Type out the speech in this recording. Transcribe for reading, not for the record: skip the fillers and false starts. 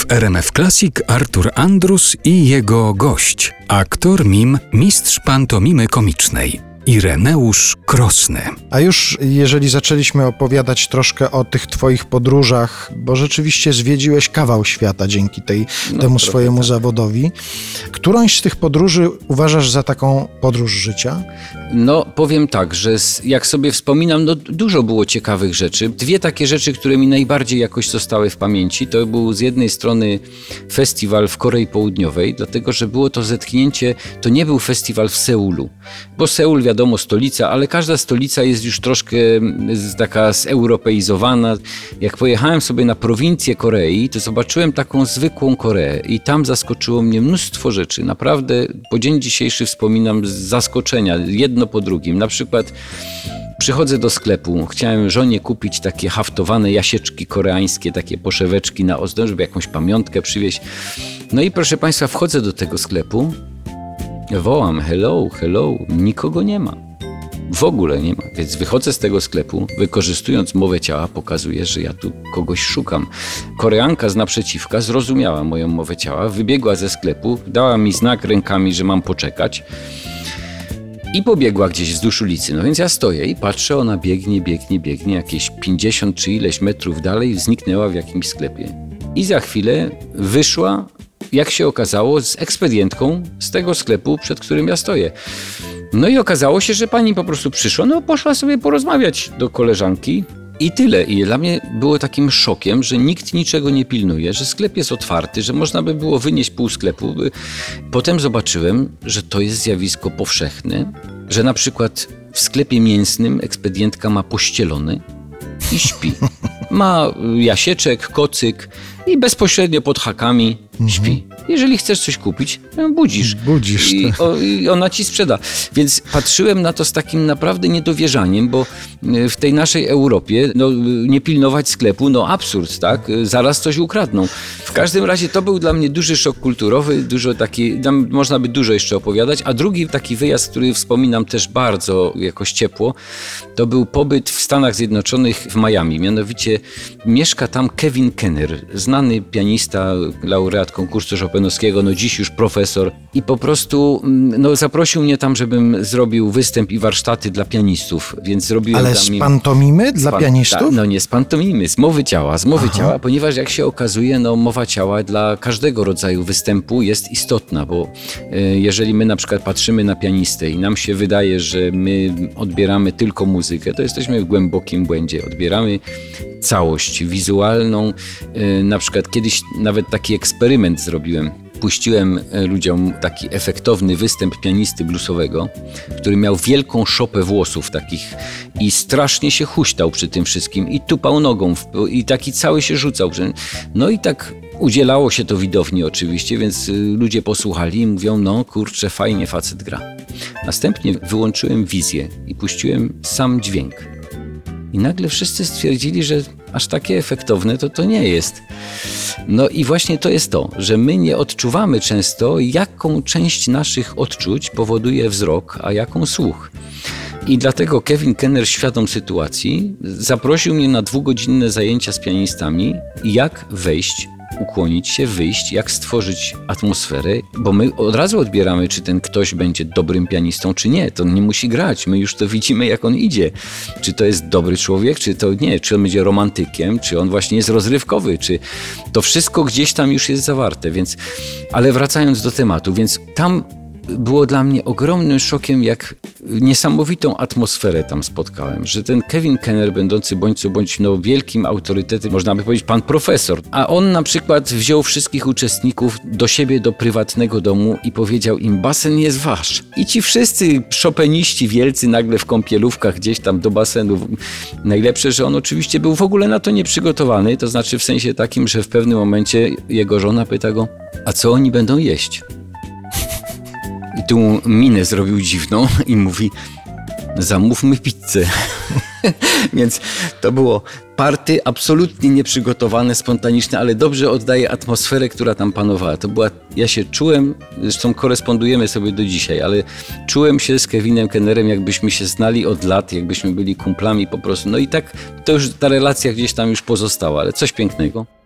RMF Classic Artur Andrus i jego gość, aktor mim, mistrz pantomimy komicznej, Ireneusz Krosny. A już jeżeli zaczęliśmy opowiadać troszkę o tych twoich podróżach, bo rzeczywiście zwiedziłeś kawał świata dzięki temu swojemu zawodowi, którąś z tych podróży uważasz za taką podróż życia? No, powiem tak, że jak sobie wspominam, dużo było ciekawych rzeczy. Dwie takie rzeczy, które mi najbardziej jakoś zostały w pamięci, to był z jednej strony festiwal w Korei Południowej, dlatego, że było to zetknięcie, to nie był festiwal w Seulu, bo Seul, wiadomo, stolica, ale każda stolica jest już troszkę taka zeuropeizowana. Jak pojechałem sobie na prowincję Korei, to zobaczyłem taką zwykłą Koreę i tam zaskoczyło mnie mnóstwo rzeczy. Naprawdę po dzień dzisiejszy wspominam z zaskoczenia, jedno po drugim. Na przykład przychodzę do sklepu, chciałem żonie kupić takie haftowane jasieczki koreańskie, takie poszeweczki na ozdób, żeby jakąś pamiątkę przywieźć. No i proszę Państwa, wchodzę do tego sklepu, wołam hello, nikogo nie ma. W ogóle nie ma, więc wychodzę z tego sklepu, wykorzystując mowę ciała, pokazuję, że ja tu kogoś szukam. Koreanka z naprzeciwka zrozumiała moją mowę ciała, wybiegła ze sklepu, dała mi znak rękami, że mam poczekać i pobiegła gdzieś wzdłuż ulicy. No więc ja stoję i patrzę, ona biegnie, jakieś 50 czy ileś metrów dalej, zniknęła w jakimś sklepie. I za chwilę wyszła, jak się okazało, z ekspedientką z tego sklepu, przed którym ja stoję. No i okazało się, że pani po prostu przyszła, poszła sobie porozmawiać do koleżanki i tyle. I dla mnie było takim szokiem, że nikt niczego nie pilnuje, że sklep jest otwarty, że można by było wynieść pół sklepu. Potem zobaczyłem, że to jest zjawisko powszechne, że na przykład w sklepie mięsnym ekspedientka ma pościelony i śpi. Ma jasieczek, kocyk i bezpośrednio pod hakami śpi. Jeżeli chcesz coś kupić, budzisz i ona ci sprzeda. Więc patrzyłem na to z takim naprawdę niedowierzaniem, bo w tej naszej Europie nie pilnować sklepu, absurd, tak? Zaraz coś ukradną. W każdym razie to był dla mnie duży szok kulturowy, można by dużo jeszcze opowiadać, a drugi taki wyjazd, który wspominam też bardzo jakoś ciepło, to był pobyt w Stanach Zjednoczonych w Miami. Mianowicie mieszka tam Kevin Kenner, znany pianista, laureat konkursu Chopinowskiego, dziś już profesor i po prostu zaprosił mnie tam, żebym zrobił występ i warsztaty dla pianistów, więc zrobiłem Ale z pantomimy dla pianistów? Nie z pantomimy, z mowy ciała, ponieważ jak się okazuje, mowa ciała dla każdego rodzaju występu jest istotna, bo jeżeli my na przykład patrzymy na pianistę i nam się wydaje, że my odbieramy tylko muzykę, to jesteśmy w głębokim błędzie. Odbieramy całość wizualną. Na przykład kiedyś nawet taki eksperyment zrobiłem. Puściłem ludziom taki efektowny występ pianisty bluesowego, który miał wielką szopę włosów takich i strasznie się huśtał przy tym wszystkim i tupał nogą i taki cały się rzucał. No i tak udzielało się to widowni oczywiście, więc ludzie posłuchali i mówią, kurczę, fajnie facet gra. Następnie wyłączyłem wizję i puściłem sam dźwięk. I nagle wszyscy stwierdzili, że aż takie efektowne to nie jest. I właśnie to jest to, że my nie odczuwamy często, jaką część naszych odczuć powoduje wzrok, a jaką słuch. I dlatego Kevin Kenner, świadom sytuacji, zaprosił mnie na 2-godzinne zajęcia z pianistami, jak wejść, ukłonić się, wyjść, jak stworzyć atmosferę, bo my od razu odbieramy, czy ten ktoś będzie dobrym pianistą, czy nie. To nie musi grać, my już to widzimy, jak on idzie. Czy to jest dobry człowiek, czy to nie, czy on będzie romantykiem, czy on właśnie jest rozrywkowy, czy to wszystko gdzieś tam już jest zawarte, ale wracając do tematu, więc tam było dla mnie ogromnym szokiem, jak niesamowitą atmosferę tam spotkałem, że ten Kevin Kenner, będący bądź co bądź wielkim autorytetem, można by powiedzieć pan profesor, a on na przykład wziął wszystkich uczestników do siebie, do prywatnego domu i powiedział im, basen jest wasz. I ci wszyscy szopeniści wielcy nagle w kąpielówkach gdzieś tam do basenu. Najlepsze, że on oczywiście był w ogóle na to nieprzygotowany, to znaczy w sensie takim, że w pewnym momencie jego żona pyta go, a co oni będą jeść? I tu minę zrobił dziwną i mówi, zamówmy pizzę. Więc to było party absolutnie nieprzygotowane, spontaniczne, ale dobrze oddaje atmosferę, która tam panowała. Ja się czułem, zresztą korespondujemy sobie do dzisiaj, ale czułem się z Kevinem Kennerem, jakbyśmy się znali od lat, jakbyśmy byli kumplami po prostu. I tak to już ta relacja gdzieś tam już pozostała, ale coś pięknego.